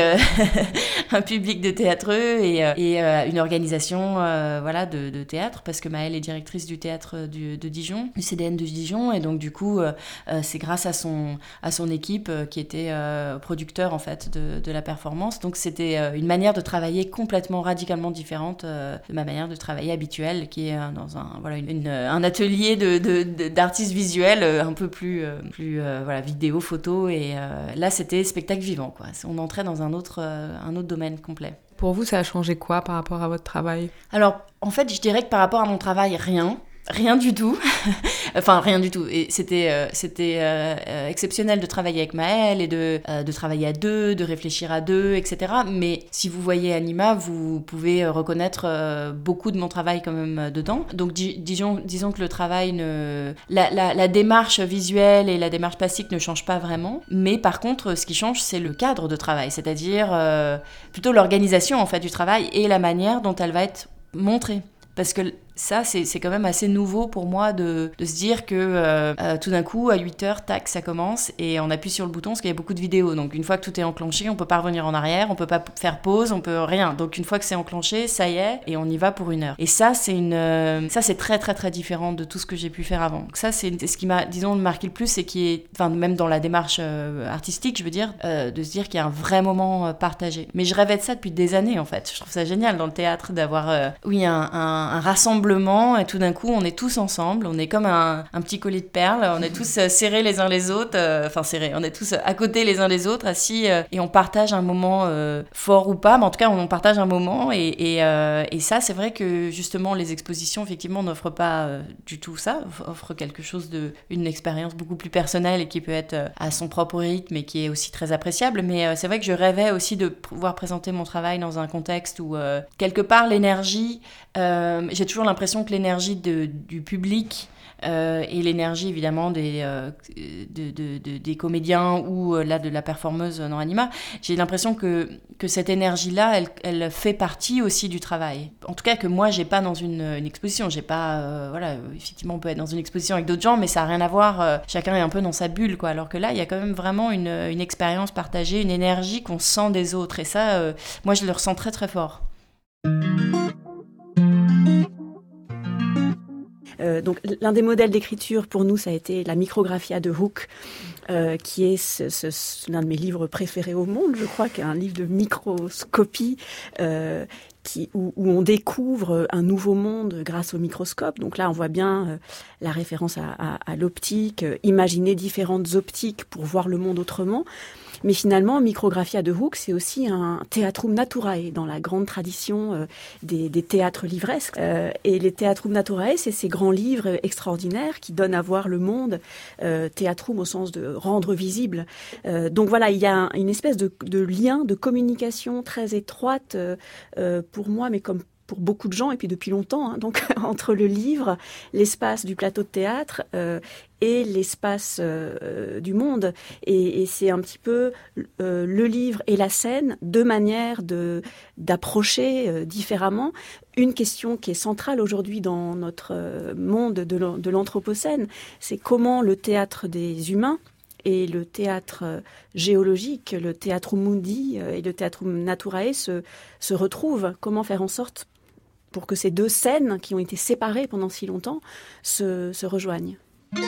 un public de théâtreux et une organisation de théâtre, parce que Maëlle est directrice du théâtre de Dijon, du CDN de Dijon, et donc du coup c'est grâce à son équipe qui était producteur en fait de la performance. Donc c'était une manière de travailler complètement radicalement différente de ma manière de travailler habituelle, qui est dans un atelier d'artistes visuels un peu plus vidéo, photo, et là c'était spectacle vivant quoi. On entrait dans un autre domaine complet. Pour vous, ça a changé quoi par rapport à votre travail ? Alors, en fait, je dirais que par rapport à mon travail, rien du tout. Enfin, rien du tout. Et c'était exceptionnel de travailler avec Maëlle et de travailler à deux, de réfléchir à deux, etc. Mais si vous voyez Anima, vous pouvez reconnaître beaucoup de mon travail quand même dedans. Donc, disons que le travail la démarche visuelle et la démarche plastique ne changent pas vraiment. Mais par contre, ce qui change, c'est le cadre de travail. C'est-à-dire plutôt l'organisation en fait du travail et la manière dont elle va être montrée. Parce que ça, c'est quand même assez nouveau pour moi de se dire que tout d'un coup, à 8h, tac, ça commence et on appuie sur le bouton parce qu'il y a beaucoup de vidéos. Donc une fois que tout est enclenché, on peut pas revenir en arrière, on peut pas faire pause, on peut rien. Donc une fois que c'est enclenché, ça y est, et on y va pour 1 heure. Et ça, c'est très très très différent de tout ce que j'ai pu faire avant. Donc ça, c'est ce qui m'a, disons, marqué le plus et qui est, enfin même dans la démarche artistique, je veux dire, de se dire qu'il y a un vrai moment partagé. Mais je rêvais de ça depuis des années en fait. Je trouve ça génial dans le théâtre d'avoir, un rassemblement, et tout d'un coup on est tous ensemble, on est comme un petit collier de perles, on est tous serrés les uns les autres, on est tous à côté les uns des autres, assis, et on partage un moment fort ou pas, mais en tout cas on partage un moment, et ça c'est vrai que justement les expositions effectivement n'offrent pas du tout ça, offrent quelque chose une expérience beaucoup plus personnelle et qui peut être à son propre rythme et qui est aussi très appréciable, mais c'est vrai que je rêvais aussi de pouvoir présenter mon travail dans un contexte où quelque part l'énergie, j'ai toujours l'impression que l'énergie du public et l'énergie évidemment des comédiens ou là de la performeuse dans Anima, j'ai l'impression que cette énergie-là, elle fait partie aussi du travail. En tout cas que moi j'ai pas dans une exposition, j'ai pas effectivement on peut être dans une exposition avec d'autres gens, mais ça a rien à voir. Chacun est un peu dans sa bulle quoi. Alors que là il y a quand même vraiment une expérience partagée, une énergie qu'on sent des autres, et ça, moi je le ressens très très fort. Donc l'un des modèles d'écriture pour nous, ça a été la Micrographia de Hooke, qui est l'un de mes livres préférés au monde, je crois, qui est un livre de microscopie où on découvre un nouveau monde grâce au microscope. Donc là, on voit bien la référence à l'optique, imaginer différentes optiques pour voir le monde autrement. Mais finalement, Micrographia de Hooke, c'est aussi un theatrum naturae dans la grande tradition des théâtres livresques. Et les theatrum naturae, c'est ces grands livres extraordinaires qui donnent à voir le monde, theatrum au sens de rendre visible. Donc voilà, il y a une espèce de lien, de communication très étroite pour moi, mais comme pour beaucoup de gens, et puis depuis longtemps, hein, donc entre le livre, l'espace du plateau de théâtre et l'espace du monde. Et c'est un petit peu le livre et la scène, deux manières d'approcher différemment une question qui est centrale aujourd'hui dans notre monde de l'anthropocène, c'est comment le théâtre des humains et le théâtre géologique, le théâtre mundi et le théâtre naturae se retrouvent. Comment faire en sorte pour que ces deux scènes qui ont été séparées pendant si longtemps se rejoignent.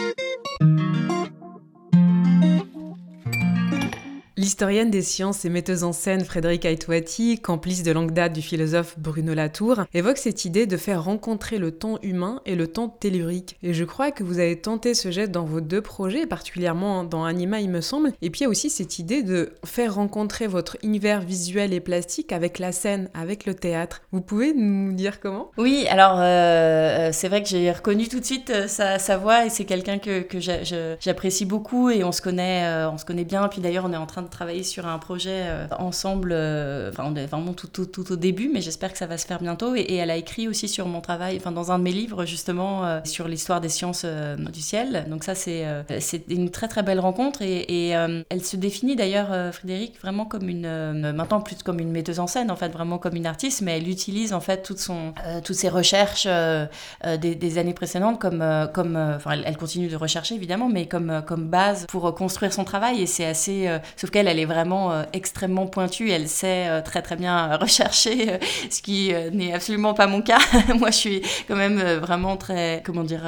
L'historienne des sciences et metteuse en scène Frédérique Aïtouati, complice de longue date du philosophe Bruno Latour, évoque cette idée de faire rencontrer le temps humain et le temps tellurique. Et je crois que vous avez tenté ce geste dans vos deux projets, particulièrement dans Anima, il me semble. Et puis il y a aussi cette idée de faire rencontrer votre univers visuel et plastique avec la scène, avec le théâtre. Vous pouvez nous dire comment ? Oui, alors c'est vrai que j'ai reconnu tout de suite sa voix, et c'est quelqu'un que j'apprécie beaucoup, et on se connaît bien. Puis d'ailleurs, on est en train de travailler sur un projet ensemble, on est vraiment tout au début, mais j'espère que ça va se faire bientôt, et elle a écrit aussi sur mon travail, dans un de mes livres justement, sur l'histoire des sciences du ciel. Donc ça c'est une très très belle rencontre, et elle se définit d'ailleurs, Frédérique, vraiment comme maintenant plus comme une metteuse en scène, en fait, vraiment comme une artiste, mais elle utilise en fait toutes ses recherches des années précédentes elle continue de rechercher évidemment, mais comme base pour construire son travail, et c'est assez sauf qu'elle est vraiment extrêmement pointue, elle sait très très bien rechercher, ce qui n'est absolument pas mon cas. Moi je suis quand même vraiment très,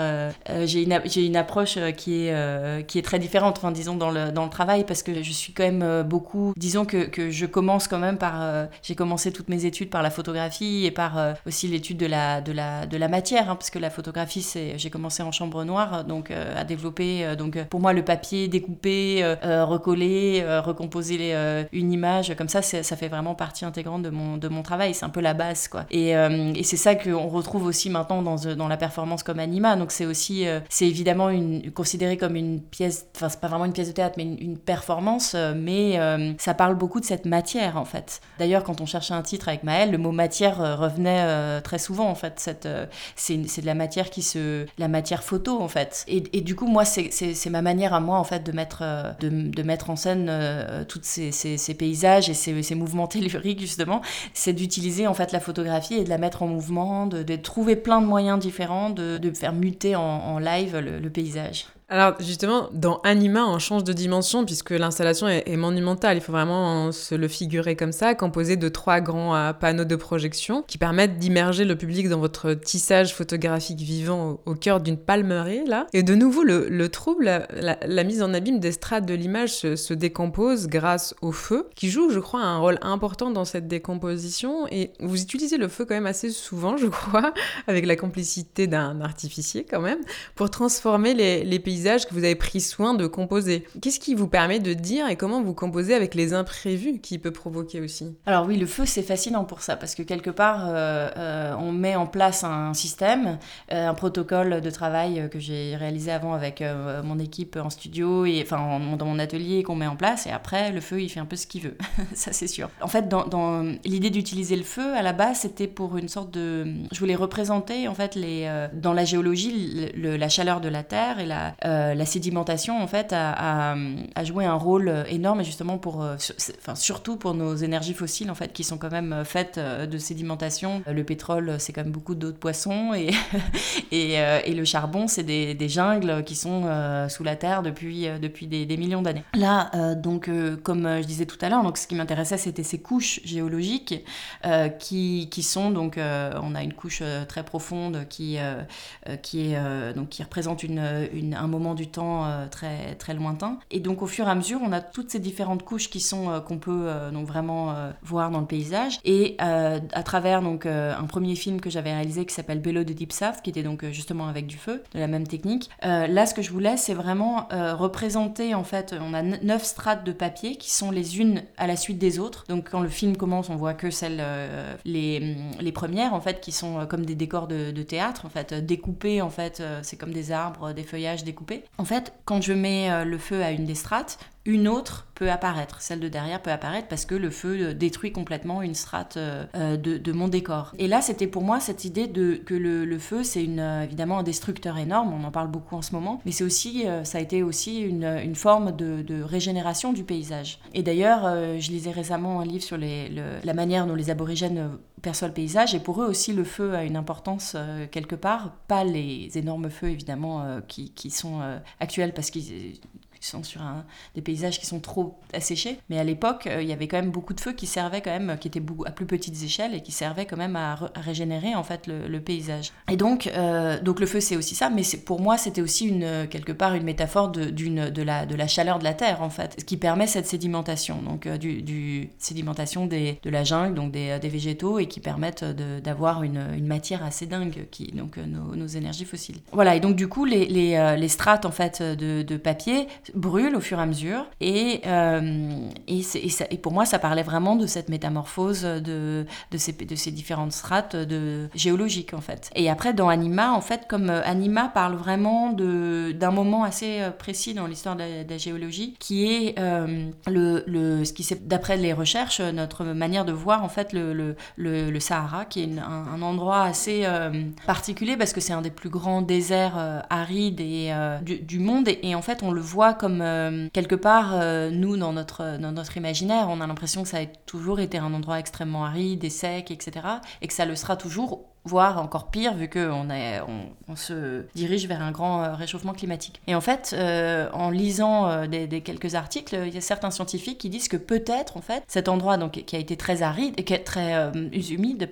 j'ai une approche qui est très différente, disons dans le travail, parce que je suis quand même beaucoup, disons que je commence quand même par, j'ai commencé toutes mes études par la photographie, et par aussi l'étude de la matière, parce que la photographie j'ai commencé en chambre noire, donc à développer, donc pour moi le papier, découper, recoller, recomposer une image comme ça fait vraiment partie intégrante de mon travail, c'est un peu la base, quoi. Et c'est ça qu'on retrouve aussi maintenant dans la performance comme Anima. Donc c'est aussi c'est évidemment considéré comme une pièce, c'est pas vraiment une pièce de théâtre, mais une performance, mais ça parle beaucoup de cette matière, en fait. D'ailleurs, quand on cherchait un titre avec Maëlle, le mot matière revenait très souvent, en fait. C'est de la matière la matière photo, en fait. Et du coup, moi, c'est ma manière à moi, en fait, de mettre en scène tous ces paysages et ces mouvements telluriques, justement. C'est d'utiliser, en fait, la photographie et de la mettre en mouvement, de trouver plein de moyens différents de faire muter en live le paysage. Alors justement, dans Anima, on change de dimension puisque l'installation est monumentale. Il faut vraiment se le figurer comme ça, composé de 3 grands panneaux de projection qui permettent d'immerger le public dans votre tissage photographique vivant au cœur d'une palmeraie, là. Et de nouveau, le trouble, la mise en abîme des strates de l'image se décompose grâce au feu, qui joue, je crois, un rôle important dans cette décomposition. Et vous utilisez le feu quand même assez souvent, je crois, avec la complicité d'un artificier quand même, pour transformer les paysages que vous avez pris soin de composer. Qu'est-ce qui vous permet de dire et comment vous composez avec les imprévus qu'il peut provoquer aussi ? Alors oui, le feu, c'est fascinant pour ça, parce que quelque part, on met en place un système, un protocole de travail que j'ai réalisé avant avec mon équipe en studio, et dans mon atelier, qu'on met en place, et après, le feu, il fait un peu ce qu'il veut. Ça, c'est sûr. En fait, dans l'idée d'utiliser le feu, à la base, c'était pour une sorte de... Je voulais représenter, en fait, dans la géologie, la chaleur de la Terre et la sédimentation, en fait, a joué un rôle énorme, et justement surtout pour nos énergies fossiles, en fait, qui sont quand même faites de sédimentation. Le pétrole, c'est quand même beaucoup d'eau de poisson, et le charbon, c'est des jungles qui sont sous la terre depuis des millions d'années. Là, comme je disais tout à l'heure, donc ce qui m'intéressait, c'était ces couches géologiques qui sont donc, on a une couche très profonde qui représente un moment du temps très, très lointain. Et donc, au fur et à mesure, on a toutes ces différentes couches qu'on peut donc vraiment voir dans le paysage. Et à travers donc, un premier film que j'avais réalisé qui s'appelle Below the Deep South, qui était donc justement avec du feu, de la même technique. Là, ce que je voulais, c'est vraiment représenter, en fait, on a 9 strates de papier qui sont les unes à la suite des autres. Donc, quand le film commence, on voit que celles, les premières, en fait, qui sont comme des décors de théâtre, en fait, découpées, en fait, c'est comme des arbres, des feuillages découpés. En fait, quand je mets le feu à une des strates, une autre peut apparaître, celle de derrière peut apparaître parce que le feu détruit complètement une strate de mon décor. Et là, c'était pour moi cette idée que le feu, c'est évidemment un destructeur énorme, on en parle beaucoup en ce moment, mais c'est aussi, ça a été aussi une forme de régénération du paysage. Et d'ailleurs, je lisais récemment un livre sur la manière dont les aborigènes perçoivent le paysage, et pour eux aussi le feu a une importance quelque part, pas les énormes feux évidemment qui sont actuels parce qu'ils sont sur des paysages qui sont trop asséchés. Mais à l'époque, il y avait quand même beaucoup de feux qui servaient quand même, qui étaient à plus petites échelles et qui servaient quand même à régénérer en fait le paysage. Et donc le feu c'est aussi ça, mais pour moi c'était aussi quelque part une métaphore de la chaleur de la terre en fait, ce qui permet cette sédimentation, donc sédimentation de la jungle, donc des végétaux, et qui permettent d'avoir une matière assez dingue, donc nos énergies fossiles. Voilà, et donc du coup les strates en fait de papier brûle au fur et à mesure, et pour moi ça parlait vraiment de cette métamorphose de ces différentes strates géologiques en fait. Et après dans Anima, en fait, comme Anima parle vraiment d'un moment assez précis dans l'histoire de la géologie, qui est ce qui c'est d'après les recherches, notre manière de voir en fait le Sahara, qui est un endroit assez particulier parce que c'est un des plus grands déserts arides du monde, et en fait on le voit comme quelque part, nous, dans notre imaginaire, on a l'impression que ça a toujours été un endroit extrêmement aride et sec, etc. Et que ça le sera toujours, voire encore pire, vu qu'on se dirige vers un grand réchauffement climatique. Et en fait, en lisant des quelques articles, il y a certains scientifiques qui disent que peut-être, en fait, cet endroit donc, qui a été très aride, et qui est très humide,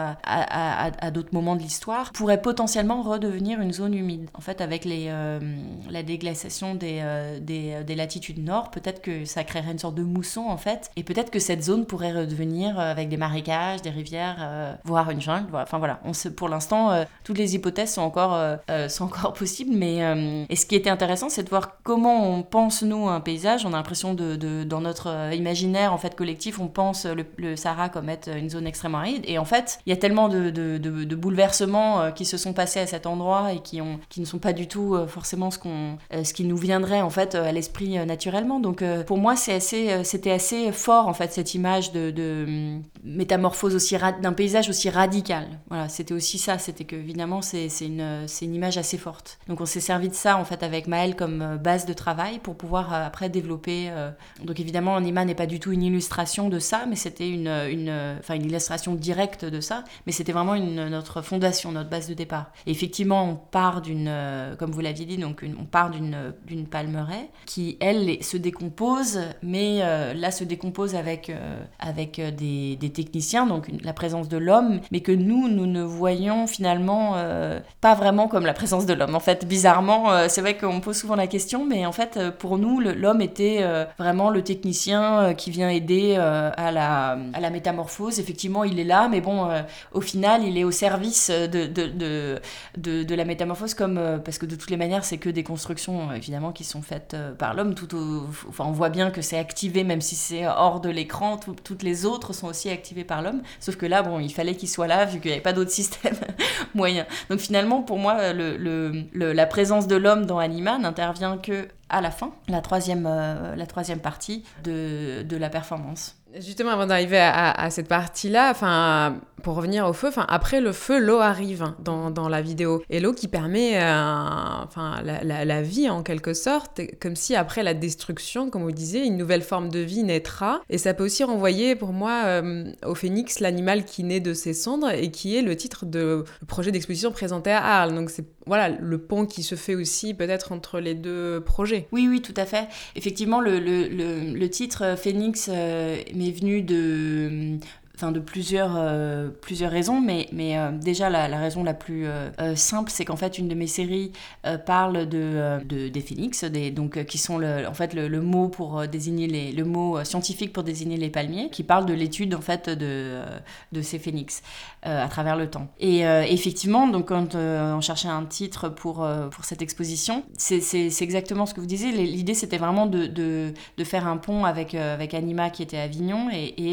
à d'autres moments de l'histoire, pourrait potentiellement redevenir une zone humide. En fait, avec la déglaciation des latitudes nord, peut-être que ça créerait une sorte de mousson, en fait, et peut-être que cette zone pourrait redevenir avec des marécages, des rivières, voire une jungle, enfin voilà. Pour l'instant, toutes les hypothèses sont encore possibles, mais et ce qui était intéressant, c'est de voir comment on pense, nous, un paysage. On a l'impression dans notre imaginaire en fait, collectif, on pense le Sahara comme être une zone extrêmement aride, et en fait, il y a tellement de bouleversements qui se sont passés à cet endroit et qui ne sont pas du tout forcément ce qui nous viendrait en fait à l'esprit naturellement. Donc pour moi, c'était assez fort en fait cette image de métamorphose d'un paysage aussi radical. Voilà, c'était aussi ça, c'était que évidemment c'est une image assez forte. Donc on s'est servi de ça en fait avec Maëlle comme base de travail pour pouvoir après développer. Donc évidemment Anima n'est pas du tout une illustration de ça, mais c'était une illustration directe de ça, mais c'était vraiment notre fondation, notre base de départ. Et effectivement on part comme vous l'aviez dit, donc on part d'une palmeraie qui elle se décompose, mais là se décompose avec des techniciens, donc la présence de l'homme, mais que nous ne voyons finalement pas vraiment comme la présence de l'homme. En fait, bizarrement, c'est vrai qu'on pose souvent la question, mais en fait, pour nous, l'homme était vraiment le technicien qui vient aider à la métamorphose. Effectivement, il est là, mais bon, au final, il est au service de la métamorphose, parce que de toutes les manières, c'est que des constructions, évidemment, qui sont faites par l'homme. On voit bien que c'est activé, même si c'est hors de l'écran, toutes les autres sont aussi activées par l'homme, sauf que là, bon, il fallait qu'il soit là, vu qu'il n'y avait pas d'autre système moyen. Donc finalement, pour moi, la présence de l'homme dans Anima n'intervient que à la fin, la troisième partie de la performance. Justement, avant d'arriver à cette partie-là, pour revenir au feu, après le feu, l'eau arrive dans la vidéo. Et l'eau qui permet la vie en quelque sorte, comme si après la destruction, comme vous disiez, une nouvelle forme de vie naîtra. Et ça peut aussi renvoyer pour moi au phénix, l'animal qui naît de ses cendres, et qui est le titre du projet d'exposition présenté à Arles. Donc c'est le pont qui se fait aussi peut-être entre les deux projets. Oui, tout à fait. Effectivement, le titre Phénix m'est venu de plusieurs raisons, mais déjà la raison la plus simple, c'est qu'en fait une de mes séries parle des phénix, qui sont le mot pour désigner le mot scientifique pour désigner les palmiers, qui parle de l'étude en fait de ces phénix à travers le temps. Et effectivement, donc quand on cherchait un titre pour cette exposition, c'est exactement ce que vous disiez. L'idée c'était vraiment de faire un pont avec Anima qui était à Avignon et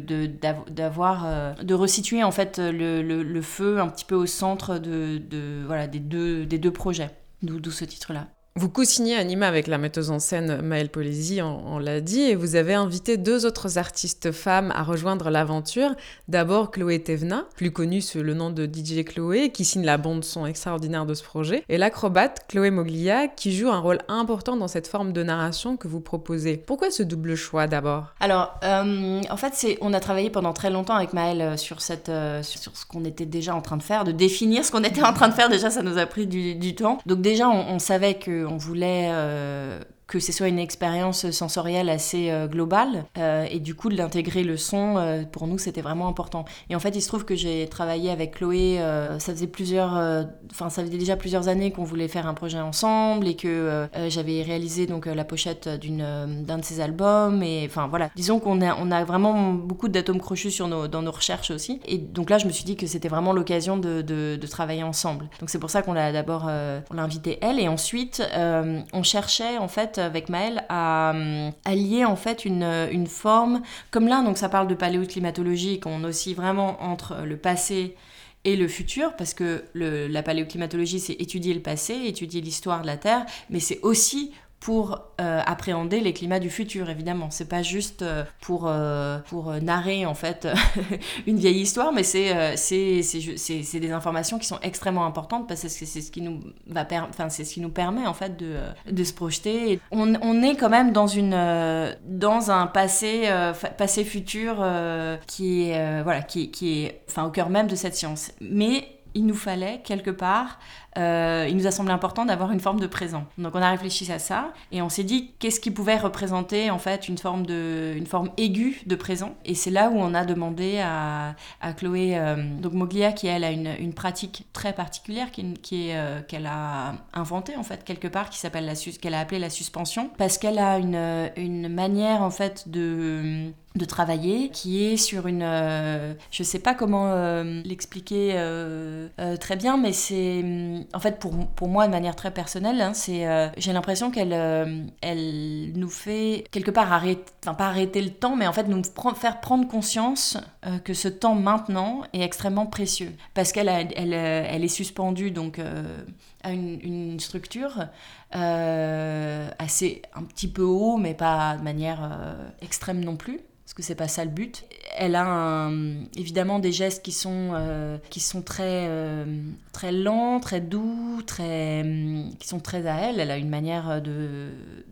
de resituer en fait le feu un petit peu au centre des deux projets, d'où ce titre-là. Vous co-signez Anima avec la metteuse en scène Maëlle Polesi, on l'a dit, et vous avez invité 2 autres artistes femmes à rejoindre l'aventure. D'abord Chloé Thévenin, plus connue sous le nom de DJ Chloé, qui signe la bande-son extraordinaire de ce projet, et l'acrobate Chloé Moglia, qui joue un rôle important dans cette forme de narration que vous proposez. Pourquoi ce double choix d'abord ? Alors, en fait, on a travaillé pendant très longtemps avec Maëlle sur ce qu'on était déjà en train de faire, de définir ce qu'on était en train de faire. Déjà, ça nous a pris du temps. Donc déjà, on savait qu'on voulait que ce soit une expérience sensorielle assez globale, et du coup de l'intégrer le son, pour nous c'était vraiment important. Et en fait il se trouve que j'ai travaillé avec Chloé, ça faisait déjà plusieurs années qu'on voulait faire un projet ensemble, et que j'avais réalisé donc la pochette d'un de ses albums, et enfin voilà, disons qu'on a vraiment beaucoup d'atomes crochus dans nos recherches aussi, et donc là je me suis dit que c'était vraiment l'occasion de travailler ensemble. Donc c'est pour ça qu'on l'a d'abord on l'a invitée elle, et ensuite on cherchait en fait avec Maëlle à lier en fait une forme comme là, donc ça parle de paléoclimatologie, qu'on oscille vraiment entre le passé et le futur, parce que la paléoclimatologie c'est étudier le passé, étudier l'histoire de la Terre, mais c'est aussi pour appréhender les climats du futur, évidemment. C'est pas juste pour narrer en fait une vieille histoire, mais c'est des informations qui sont extrêmement importantes, parce que c'est ce qui nous c'est ce qui nous permet en fait de se projeter. On est quand même dans un passé futur qui est au cœur même de cette science. Mais il nous fallait quelque part, il nous a semblé important d'avoir une forme de présent. Donc on a réfléchi à ça, et on s'est dit qu'est-ce qui pouvait représenter en fait une forme aiguë de présent. Et c'est là où on a demandé à Chloé donc Moglia, qui elle a une pratique très particulière qu'elle a inventée en fait quelque part, qu'elle a appelée la suspension, parce qu'elle a une manière en fait de travailler qui est sur je sais pas comment l'expliquer très bien, mais c'est en fait pour moi de manière très personnelle, hein, j'ai l'impression qu'elle nous fait quelque part pas arrêter le temps, mais en fait nous faire prendre conscience que ce temps maintenant est extrêmement précieux, parce qu'elle est suspendue donc à une structure assez un petit peu haut, mais pas de manière extrême non plus, parce que c'est pas ça le but. Elle a évidemment des gestes qui sont très très lents, très doux, qui sont très à elle. Elle a une manière de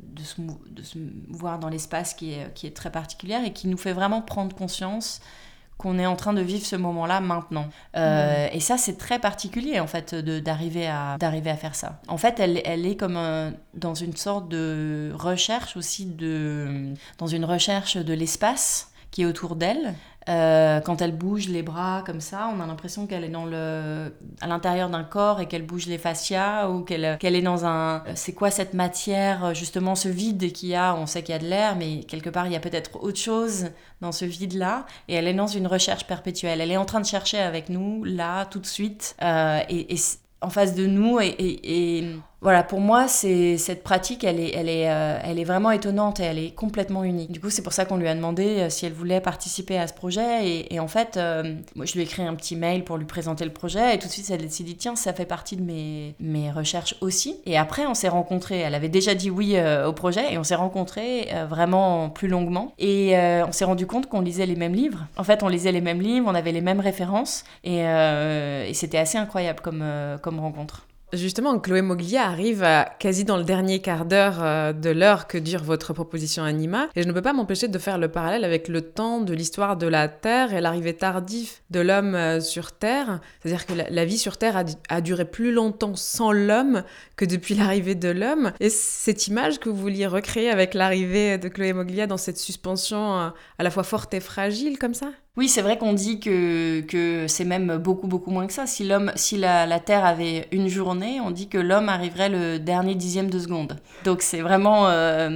se mouvoir dans l'espace qui est très particulière, et qui nous fait vraiment prendre conscience qu'on est en train de vivre ce moment-là maintenant. Et ça, c'est très particulier, en fait, d'arriver à faire ça. En fait, elle est comme dans une sorte de recherche aussi, dans une recherche de l'espace qui est autour d'elle. Quand elle bouge les bras comme ça, on a l'impression qu'elle est à l'intérieur d'un corps, et qu'elle bouge les fascias, ou qu'elle est dans c'est quoi cette matière, justement ce vide qu'il y a. On sait qu'il y a de l'air, mais quelque part il y a peut-être autre chose dans ce vide-là, et elle est dans une recherche perpétuelle. Elle est en train de chercher avec nous, là, tout de suite, et en face de nous, et voilà, pour moi, cette pratique, elle est vraiment étonnante, et elle est complètement unique. Du coup, c'est pour ça qu'on lui a demandé si elle voulait participer à ce projet, et en fait, moi, je lui ai écrit un petit mail pour lui présenter le projet, et tout de suite, elle s'est dit, tiens, ça fait partie de mes recherches aussi. Et après, on s'est rencontrés. Elle avait déjà dit oui au projet, et on s'est rencontrés vraiment plus longuement, et on s'est rendu compte qu'on lisait les mêmes livres. En fait, on lisait les mêmes livres, on avait les mêmes références, et c'était assez incroyable comme rencontre. Justement, Chloé Moglia arrive quasi dans le dernier quart d'heure de l'heure que dure votre proposition Anima, et je ne peux pas m'empêcher de faire le parallèle avec le temps de l'histoire de la Terre et l'arrivée tardive de l'homme sur Terre. C'est-à-dire que la vie sur Terre a duré plus longtemps sans l'homme que depuis l'arrivée de l'homme. Et cette image que vous vouliez recréer avec l'arrivée de Chloé Moglia dans cette suspension à la fois forte et fragile comme ça ? Oui, c'est vrai qu'on dit que c'est même beaucoup, beaucoup moins que ça. Si la Terre avait une journée, on dit que l'homme arriverait le dernier dixième de seconde. Donc c'est vraiment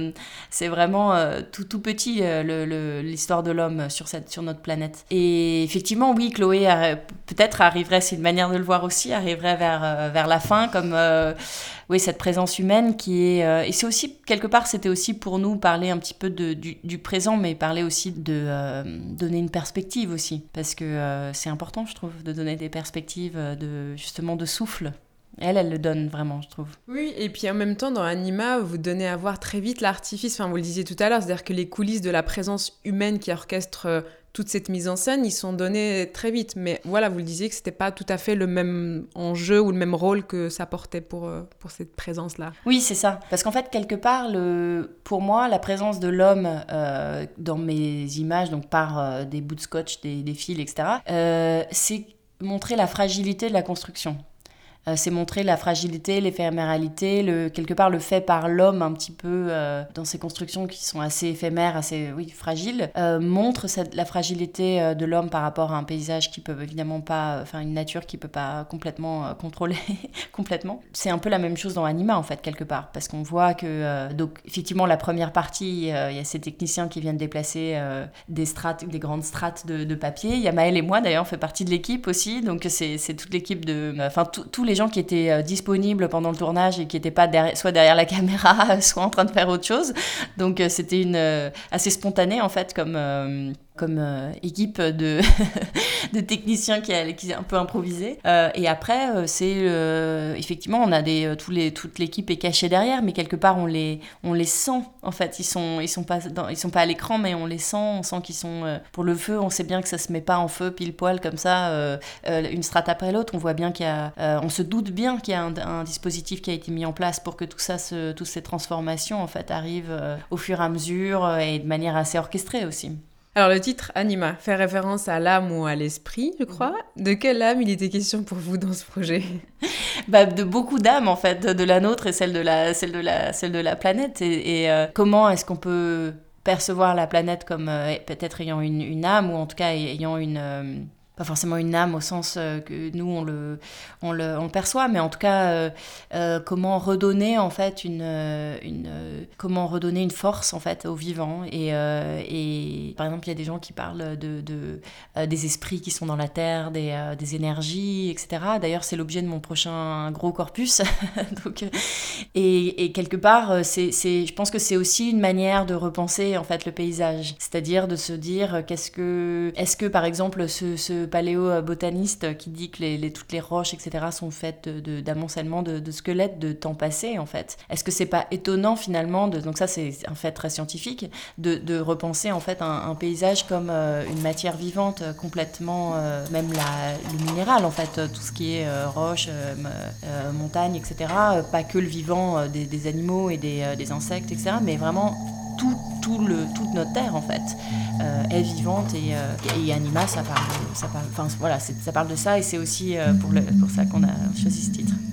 tout petit l'histoire de l'homme sur notre planète. Et effectivement, oui, Chloé peut-être arriverait, c'est une manière de le voir aussi, arriverait vers la fin, comme oui, cette présence humaine qui est... et c'est aussi, quelque part, c'était aussi pour nous parler un petit peu du présent, mais parler aussi de donner une perspective aussi, parce que c'est important, je trouve, de donner des perspectives justement de souffle. Elle le donne vraiment, je trouve. Oui, et puis en même temps, dans Anima, vous donnez à voir très vite l'artifice, enfin vous le disiez tout à l'heure, c'est-à-dire que les coulisses de la présence humaine qui orchestre toute cette mise en scène, ils sont donnés très vite. Mais voilà, vous le disiez que c'était pas tout à fait le même enjeu ou le même rôle que ça portait pour cette présence-là. Oui, c'est ça. Parce qu'en fait, quelque part, pour moi, la présence de l'homme dans mes images, donc par des bouts de scotch, des fils, etc., c'est montrer la fragilité de la construction. C'est montrer la fragilité, l'éphéméralité, quelque part le fait par l'homme un petit peu dans ces constructions qui sont assez éphémères, assez fragiles, montre la fragilité de l'homme par rapport à un paysage qui peut évidemment pas, enfin une nature qui peut pas complètement contrôler complètement. C'est un peu la même chose dans Anima en fait quelque part, parce qu'on voit que donc effectivement la première partie, il y a ces techniciens qui viennent déplacer des grandes strates de papier. Il y a Maëlle et moi d'ailleurs, on fait partie de l'équipe aussi, donc c'est toute l'équipe tous les gens qui étaient disponibles pendant le tournage et qui n'étaient pas soit derrière la caméra, soit en train de faire autre chose. Donc c'était assez spontané en fait comme équipe de techniciens qui est un peu improvisée. Et après, effectivement, on a toute l'équipe est cachée derrière, mais quelque part on les sent en fait. Ils sont pas à l'écran, mais on les sent. On sent qu'ils sont pour le feu. On sait bien que ça se met pas en feu pile poil comme ça, une strate après l'autre. On voit bien on se doute bien qu'il y a un dispositif qui a été mis en place pour que toutes ces transformations en fait arrivent au fur et à mesure et de manière assez orchestrée aussi. Alors le titre Anima fait référence à l'âme ou à l'esprit, je crois. De quelle âme il était question pour vous dans ce projet ? De beaucoup d'âmes en fait, de la nôtre et celle de la planète. Et comment est-ce qu'on peut percevoir la planète comme peut-être ayant une âme, ou en tout cas ayant pas forcément une âme au sens que nous on le perçoit, mais en tout cas comment redonner en fait comment redonner une force en fait aux vivants et par exemple il y a des gens qui parlent des esprits qui sont dans la terre, des énergies, etc. D'ailleurs c'est l'objet de mon prochain gros corpus. Donc, et quelque part je pense que c'est aussi une manière de repenser en fait le paysage, c'est-à-dire de se dire est-ce que par exemple ce paléobotaniste qui dit que toutes les roches, etc., sont faites d'amoncellement de squelettes de temps passé, en fait. Est-ce que c'est pas étonnant, finalement, donc ça, c'est un fait très scientifique, de repenser, en fait, un paysage comme une matière vivante complètement, même le minéral, en fait, tout ce qui est roche, montagne, etc., pas que le vivant des animaux et des insectes, etc., mais vraiment toute notre terre en fait est vivante et Anima ça parle de ça et c'est aussi pour ça qu'on a choisi ce titre.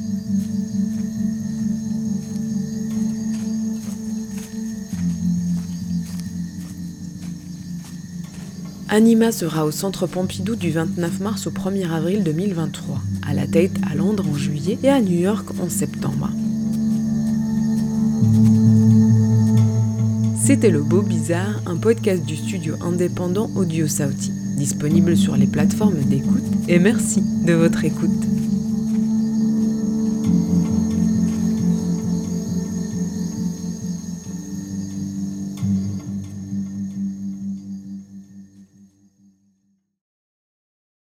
Anima sera au Centre Pompidou du 29 mars au 1er avril 2023, à la Tate à Londres en juillet et à New York en septembre. C'était Le Beau Bizarre, un podcast du studio indépendant Audio Sauti, disponible sur les plateformes d'écoute, et merci de votre écoute.